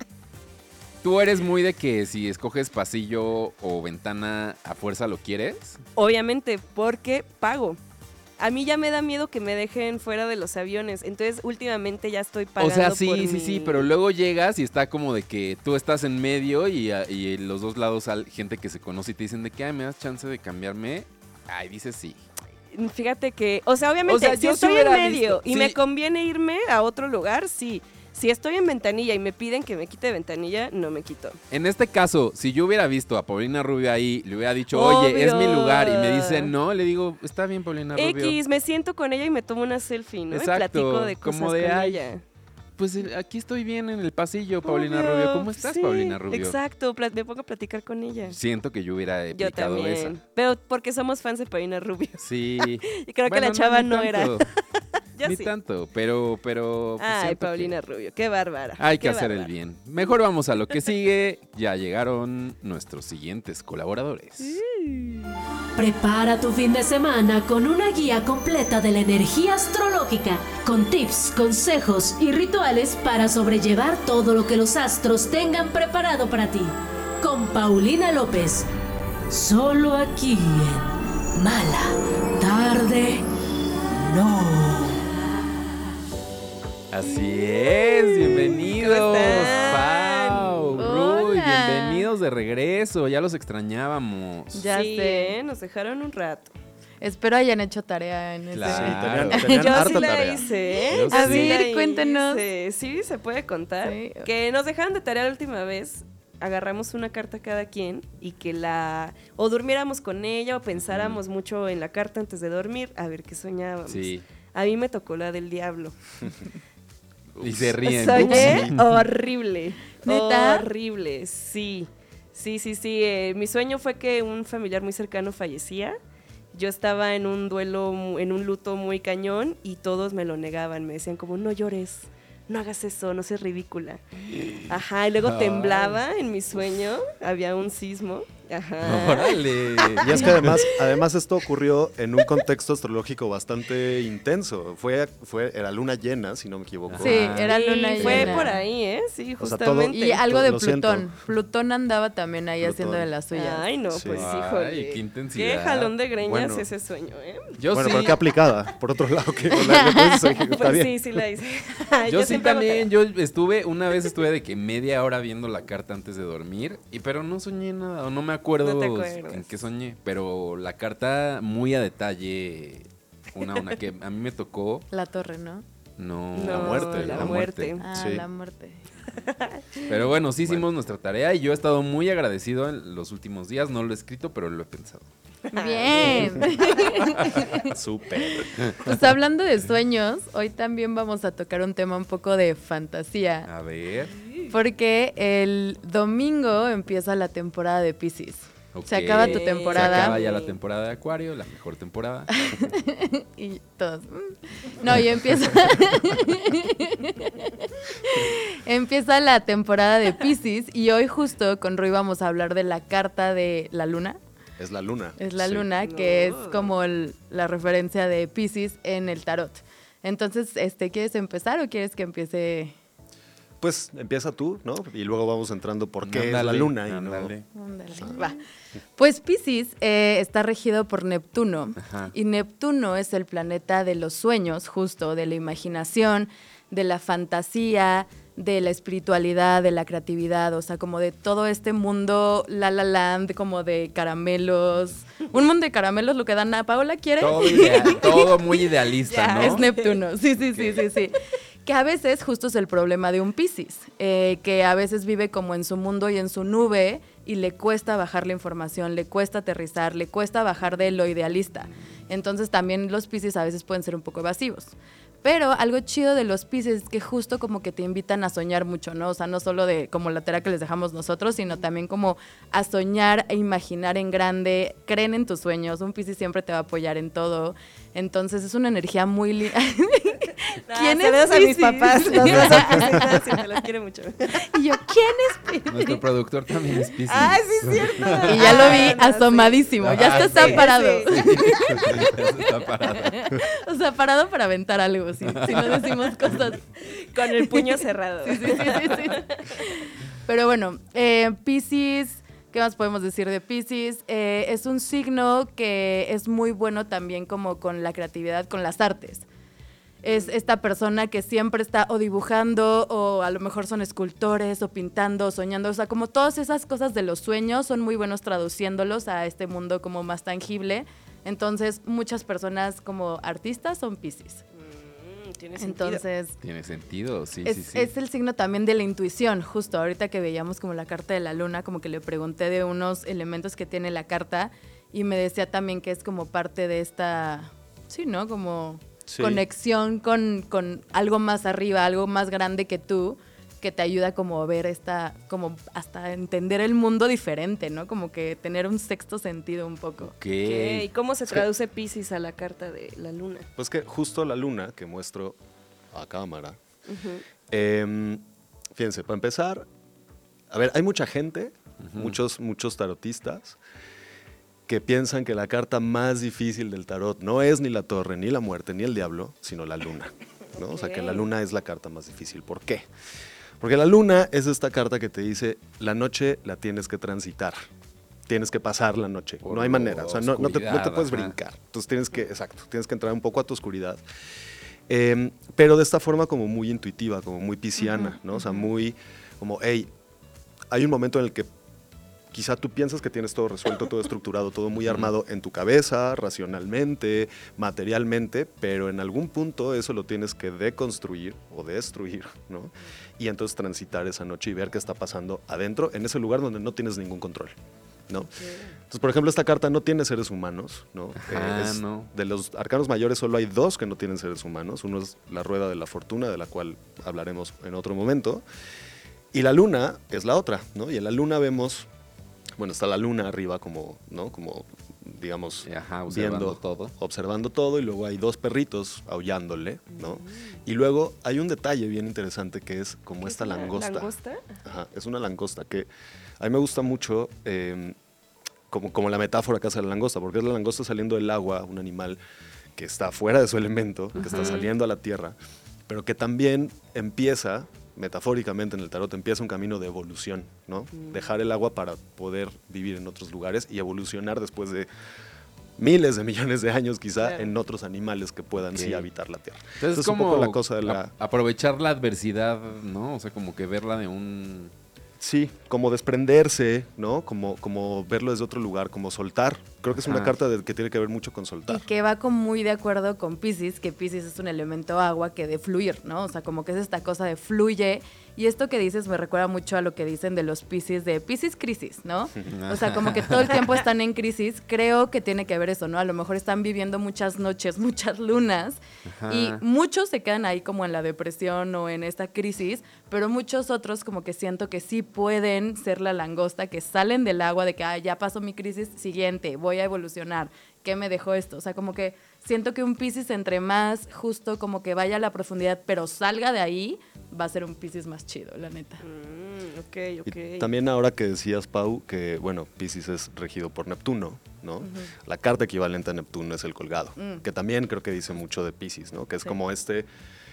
tú eres muy de que si escoges pasillo o ventana, a fuerza lo quieres. Obviamente, porque pago. A mí ya me da miedo que me dejen fuera de los aviones. Entonces, últimamente ya estoy O pagando sea, por sí, pero luego llegas y está como de que tú estás en medio y en los dos lados hay gente que se conoce y te dicen de que, ay, ¿me das chance de cambiarme? Ay, dices sí. Fíjate que, o sea, obviamente, O sea, si yo sí estoy en hubiera medio visto, y sí. me conviene irme a otro lugar, sí. Si estoy en ventanilla y me piden que me quite ventanilla, no me quito. En este caso, si yo hubiera visto a Paulina Rubio ahí, le hubiera dicho, oye, es mi Obvio. lugar, y me dice no, le digo, está bien, Paulina Rubio. X, me siento con ella y me tomo una selfie, ¿no? Exacto, Y platico de cosas como de, con ay, ella. Pues aquí estoy bien en el pasillo, Paulina Obvio, Rubio. ¿Cómo estás, sí, Paulina Rubio? Exacto, me pongo a platicar con ella. Siento que yo hubiera Yo aplicado también. esa. Pero porque somos fans de Paulina Rubio. Sí. Y creo que Bueno, la chava ni no era. tanto, Yo ni sí. tanto, pero pues, Ay, siento Paulina Rubio, qué bárbara. que hay que qué hacer el bárbara. bien. Mejor vamos a lo que sigue. Ya llegaron nuestros siguientes colaboradores. Prepara tu fin de semana con una guía completa de la energía astrológica, con tips, consejos y rituales para sobrellevar todo lo que los astros tengan preparado para ti. Con Paulina López, solo aquí en Mala Tarde No. Así es, bienvenidos, ¿Cómo están? Pau, Ruy, Hola. bienvenidos de regreso, ya los extrañábamos. Ya Sí, sé. nos dejaron un rato. Espero hayan hecho tarea en Claro. Tenían Yo harta sí la tarea. hice, ¿eh? Yo Yo sí. la A ver, cuéntenos. hice. Sí, se puede contar. Sí. Que nos dejaron de tarea la última vez. Agarramos una carta cada quien y que o durmiéramos con ella o pensáramos mucho en la carta antes de dormir a ver qué soñábamos. Sí, A mí me tocó la del diablo. y se ríen. Soñé horrible. ¿Neta? Horrible, sí. Sí. Mi sueño fue que un familiar muy cercano fallecía. Yo estaba en un duelo, en un luto muy cañón y todos me lo negaban. Me decían como, no llores, no hagas eso, no seas ridícula. Ajá, y luego Ay. temblaba en mi sueño, había un sismo. Ajá. Órale. Y es que además esto ocurrió en un contexto astrológico bastante intenso. Era luna llena, si no me equivoco. Sí, era Y luna fue llena. por ahí, ¿eh? Sí, O sea, todo- justamente. Y algo de Lo siento. Plutón. Plutón andaba también ahí Plutón. haciendo de las suyas. Ay, no, Sí. pues Ay, híjole. qué intensidad. Qué jalón de greñas Bueno. ese sueño, ¿eh? Yo Bueno, sí, pero qué aplicada. Por otro lado, que está Pues bien. sí la hice. yo sí siempre hago también, una vez estuve de que media hora viendo la carta antes de dormir, pero no soñé nada, o no me acuerdo No te acuerdas. en qué soñé, pero la carta muy a detalle, una que a mí me tocó, La torre, ¿no? no, No, La muerte, la la muerte. Ah, Sí. la muerte. Pero bueno, sí hicimos nuestra tarea y yo he estado muy agradecido en los últimos días, no lo he escrito, pero lo he pensado. Bien. Súper. Pues hablando de sueños, hoy también vamos a tocar un tema un poco de fantasía. A ver. Porque el domingo empieza la temporada de Piscis. Ok. Se acaba tu Se temporada. acaba ya la temporada de Acuario, la mejor temporada. Y todos. No, y empieza. Empieza la temporada de Piscis. Y hoy, justo con Rui, vamos a hablar de la carta de la luna. Es la luna. Es la Sí. luna, que es como la referencia de Piscis en el tarot. Entonces, ¿quieres empezar o quieres que empiece? pues empieza tú, ¿no? Y luego vamos entrando por qué es la Ándale, luna. ándale. Ándale, va. Pues Piscis está regido por Neptuno. Ajá. Y Neptuno es el planeta de los sueños, justo, de la imaginación, de la fantasía, de la espiritualidad, de la creatividad, o sea, como de todo este mundo La La Land, como de caramelos. Un mundo de caramelos, lo que dan a Paola quiere. Todo muy idealista, Ya, ¿no? es Neptuno, sí. Que a veces justo es el problema de un Piscis, que a veces vive como en su mundo y en su nube y le cuesta bajar la información, le cuesta aterrizar, le cuesta bajar de lo idealista. Entonces también los Piscis a veces pueden ser un poco evasivos. Pero algo chido de los Piscis es que justo como que te invitan a soñar mucho, ¿no? O sea, no solo de como la tarea que les dejamos nosotros, sino también como a soñar e imaginar en grande, creen en tus sueños, un Piscis siempre te va a apoyar en todo. Entonces es una energía muy linda. ¿Quién es Saludos a mis Piscis? papás, los dos son Piscis, y me los quiero mucho. Y yo, ¿quién es Piscis? Nuestro productor también es Piscis. ¡Ah, sí es cierto! Y ya lo vi Ah, no, asomadísimo, sí. ya Ah, está sí, parado. sí. Está parado. O sea, parado para aventar algo, si no decimos cosas. Con el puño cerrado. Sí. Pero bueno, Piscis, ¿qué más podemos decir de Piscis? Es un signo que es muy bueno también como con la creatividad, con las artes. Es esta persona que siempre está o dibujando o a lo mejor son escultores o pintando o soñando. O sea, como todas esas cosas de los sueños son muy buenos traduciéndolos a este mundo como más tangible. Entonces, muchas personas como artistas son Piscis. Tiene sentido. Entonces, Tiene sentido, sí. es el signo también de la intuición, justo ahorita que veíamos como la carta de la luna, como que le pregunté de unos elementos que tiene la carta y me decía también que es como parte de esta, sí, ¿no? Como Sí. conexión con algo más arriba, algo más grande que tú, que te ayuda como a ver como hasta entender el mundo diferente, ¿no? Como que tener un sexto sentido un poco. Ok. ¿Y cómo se traduce Piscis a la carta de la luna? Pues que justo la luna, que muestro a cámara, fíjense, para empezar, a ver, hay mucha gente, muchos tarotistas, que piensan que la carta más difícil del tarot no es ni la torre, ni la muerte, ni el diablo, sino la luna, ¿no? O sea, que la luna es la carta más difícil. ¿Por qué? Porque la luna es esta carta que te dice, la noche la tienes que transitar. Tienes que pasar la noche. Por No hay manera. O sea, no te oscuridad, puedes ajá. brincar. Entonces tienes que entrar un poco a tu oscuridad. Pero de esta forma como muy intuitiva, como muy pisciana, ¿no? O sea, muy como, hey, hay un momento en el que quizá tú piensas que tienes todo resuelto, todo estructurado, todo muy armado en tu cabeza, racionalmente, materialmente, pero en algún punto eso lo tienes que deconstruir o destruir, ¿no? Y entonces transitar esa noche y ver qué está pasando adentro, en ese lugar donde no tienes ningún control, ¿no? Entonces, por ejemplo, esta carta no tiene seres humanos, ¿no? Ajá, no. De los arcanos mayores solo hay dos que no tienen seres humanos. Uno es la rueda de la fortuna, de la cual hablaremos en otro momento. Y la luna es la otra, ¿no? Y en la luna vemos... Bueno, está la luna arriba como, ¿no? Como, digamos, Ajá, observando todo. observando todo, y luego hay dos perritos aullándole, ¿no? Y luego hay un detalle bien interesante que es como esta langosta. ¿Langosta? Ajá, es una langosta que a mí me gusta mucho como la metáfora que hace la langosta, porque es la langosta saliendo del agua, un animal que está fuera de su elemento, que está saliendo a la tierra, pero que también empieza... metafóricamente en el tarot empieza un camino de evolución, ¿no? Dejar el agua para poder vivir en otros lugares y evolucionar después de miles de millones de años quizá Claro. en otros animales que puedan sí Ok. habitar la tierra. Entonces, es un como poco la cosa de la... aprovechar la adversidad, ¿no? O sea, como que verla de un... Sí, como desprenderse, ¿no? Como verlo desde otro lugar, como soltar. Creo que es una Ajá. carta que tiene que ver mucho con Y soltar. que va muy de acuerdo con Piscis, que Piscis es un elemento agua que de fluir, ¿no? O sea, como que es esta cosa de fluye. Y esto que dices me recuerda mucho a lo que dicen de los Piscis, de Piscis crisis, ¿no? O sea, como que todo el tiempo están en crisis. Creo que tiene que ver eso, ¿no? A lo mejor están viviendo muchas noches, muchas lunas. Ajá. Y muchos se quedan ahí como en la depresión o en esta crisis, pero muchos otros como que siento que sí pueden ser la langosta, que salen del agua de que ya pasó mi crisis, siguiente, voy a evolucionar. ¿Qué me dejó esto? O sea, como que siento que un Piscis entre más justo como que vaya a la profundidad, pero salga de ahí, va a ser un Piscis más chido, la neta. Ok. Y también ahora que decías, Pau, que bueno, Piscis es regido por Neptuno, ¿no? La carta equivalente a Neptuno es el colgado, que también creo que dice mucho de Piscis, ¿no? Que es Sí. como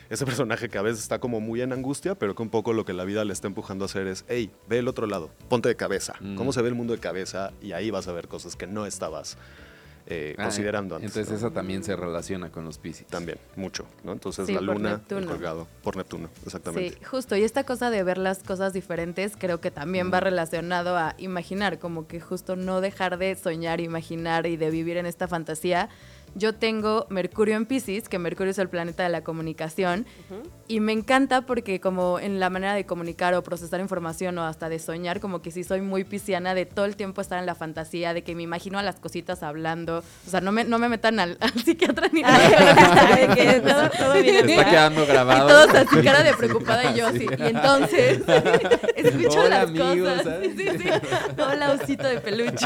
ese personaje que a veces está como muy en angustia, pero que un poco lo que la vida le está empujando a hacer es, hey, ve el otro lado, ponte de cabeza. ¿Cómo se ve el mundo de cabeza? Y ahí vas a ver cosas que no estabas considerando antes. Entonces ¿no? eso también se relaciona con los Piscis. También, mucho, ¿no? Entonces Sí, la por luna, Neptuno. el colgado, por Neptuno, exactamente. Sí, justo. Y esta cosa de ver las cosas diferentes creo que también va relacionado a imaginar, como que justo no dejar de soñar, imaginar y de vivir en esta fantasía. Yo tengo Mercurio en Piscis, que Mercurio es el planeta de la comunicación, y me encanta porque como en la manera de comunicar o procesar información o hasta de soñar, como que sí soy muy pisciana de todo el tiempo estar en la fantasía, de que me imagino a las cositas hablando, o sea, no me metan al psiquiatra ni nada. De que todo bien. Está quedando Y grabado. todos así, cara de preocupada y yo así. Y entonces, escucho Hola, las amigos, cosas. ¿sabes? Sí, sí. Hola, osito de peluche.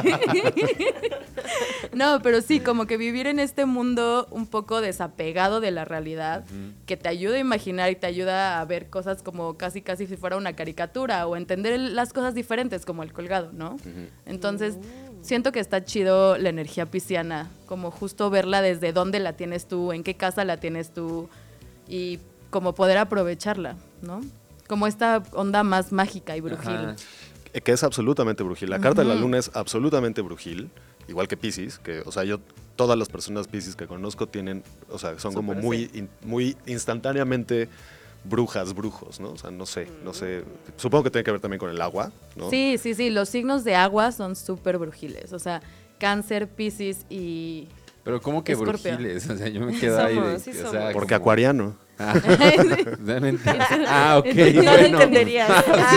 No, pero sí, como que vivir en este mundo un poco desapegado de la realidad, que te ayuda a imaginar y te ayuda a ver cosas como casi si fuera una caricatura o entender las cosas diferentes como el colgado, ¿no? Entonces, siento que está chido la energía pisciana, como justo verla desde dónde la tienes tú, en qué casa la tienes tú y como poder aprovecharla, ¿no? Como esta onda más mágica y brujil. Ajá. Que es absolutamente brujil. La carta de la luna es absolutamente brujil, igual que Piscis, que, o sea, todas las personas Piscis que conozco tienen, o sea, son como muy instantáneamente brujos, ¿no? O sea, no sé, supongo que tiene que ver también con el agua, ¿no? Sí, los signos de agua son súper brujiles, o sea, Cáncer, Piscis y... Pero ¿cómo que Escorpio. brujiles? O sea, yo me quedo ahí de... Sí o somos. sea, Porque como- acuariano. No entiendo. Ok. No lo bueno. entenderías.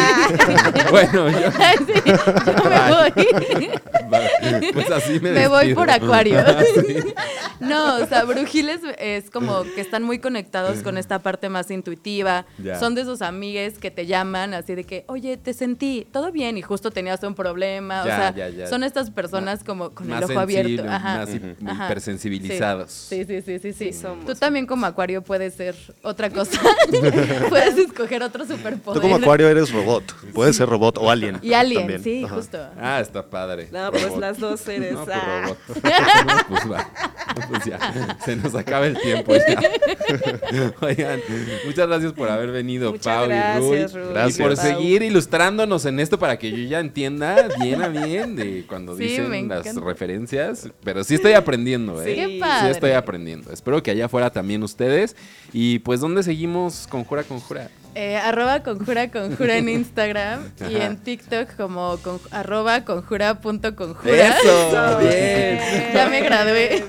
Bueno, yo... Ay, sí, yo me voy. Pues así Me voy despido. por Acuario. Sí. No, o sea, brujiles es como que están muy conectados con esta parte más intuitiva. Ya. Son de esos amigues que te llaman así de que, oye, te sentí, todo bien, y justo tenías un problema. Ya, o sea, ya. son estas personas como con Más el ojo abierto. sensibles, Ajá. más Ajá. hipersensibilizados. Sí. Sí, somos. Tú también como Acuario puedes ser otra cosa. Puedes escoger otro superpoder. Tú como acuario eres robot. Puedes ser robot o alien. Y alien, también. sí, Ajá. justo. Ah, está padre. No, pues Robot. las dos eres. No, pues ah. robot. No, pues va. Pues ya, se nos acaba el tiempo ya. Oigan, muchas gracias por haber venido, Muchas Pau gracias, y Rui. Rui. Gracias. Y por Pau. seguir ilustrándonos en esto para que yo ya entienda bien a bien de cuando Sí, me dicen las encanta. referencias. Pero sí estoy aprendiendo, ¿eh? Sí. Qué Sí padre. estoy aprendiendo. Espero que allá afuera también ustedes. Y pues, ¿dónde seguimos Conjura Conjura? @conjura en Instagram y en TikTok como @conjura.conjura. ¡Eso! ¡Bien! Ya me gradué.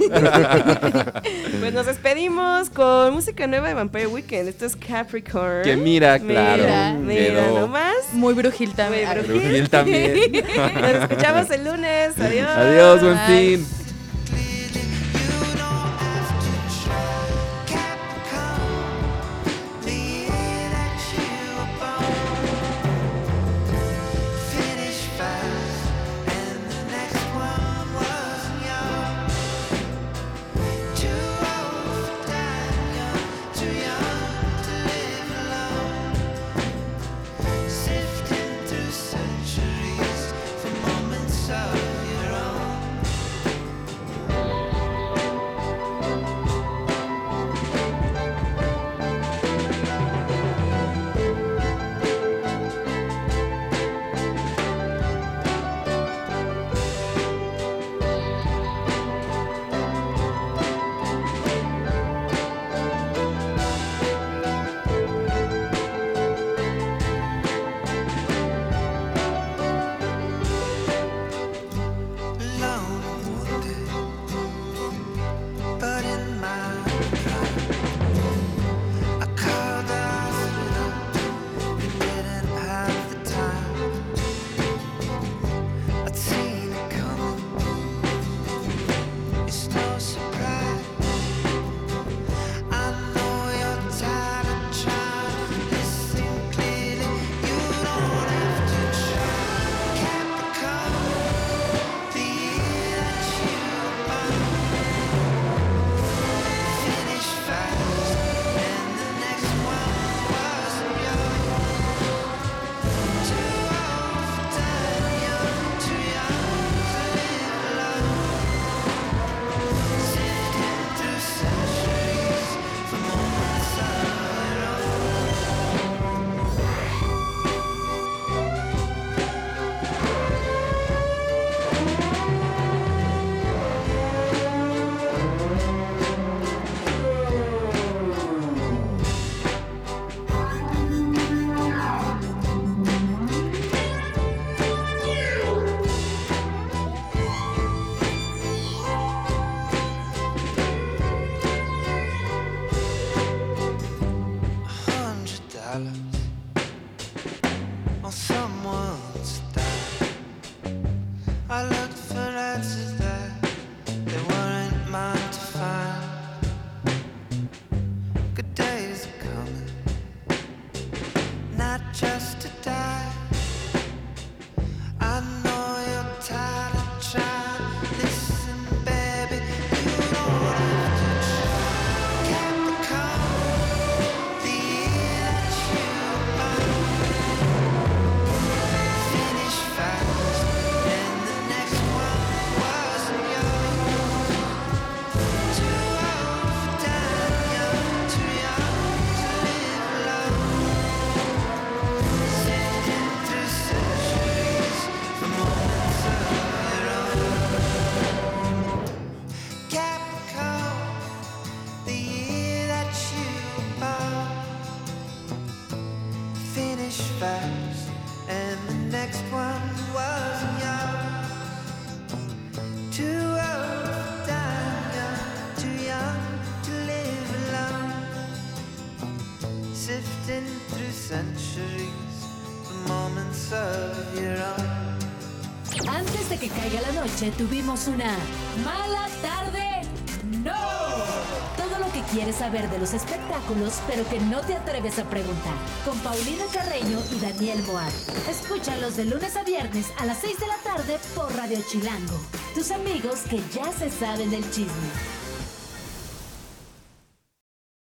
Pues nos despedimos con música nueva de Vampire Weekend. Esto es Capricorn. Que mira, claro. Mira quedó nomás. Muy brujil también. Muy brujil. Brujil también. Nos escuchamos el lunes. Adiós. Adiós, buen Bye. fin. Centuries for moments of your own. centuries, the moments of your own. Antes de que caiga la noche, tuvimos una mala tarde. ¡No! Todo lo que quieres saber de los espectáculos, pero que no te atreves a preguntar. Con Paulina Carreño y Daniel Moat. Escúchalos de lunes a viernes a las 6 de la tarde por Radio Chilango. Tus amigos que ya se saben del chisme.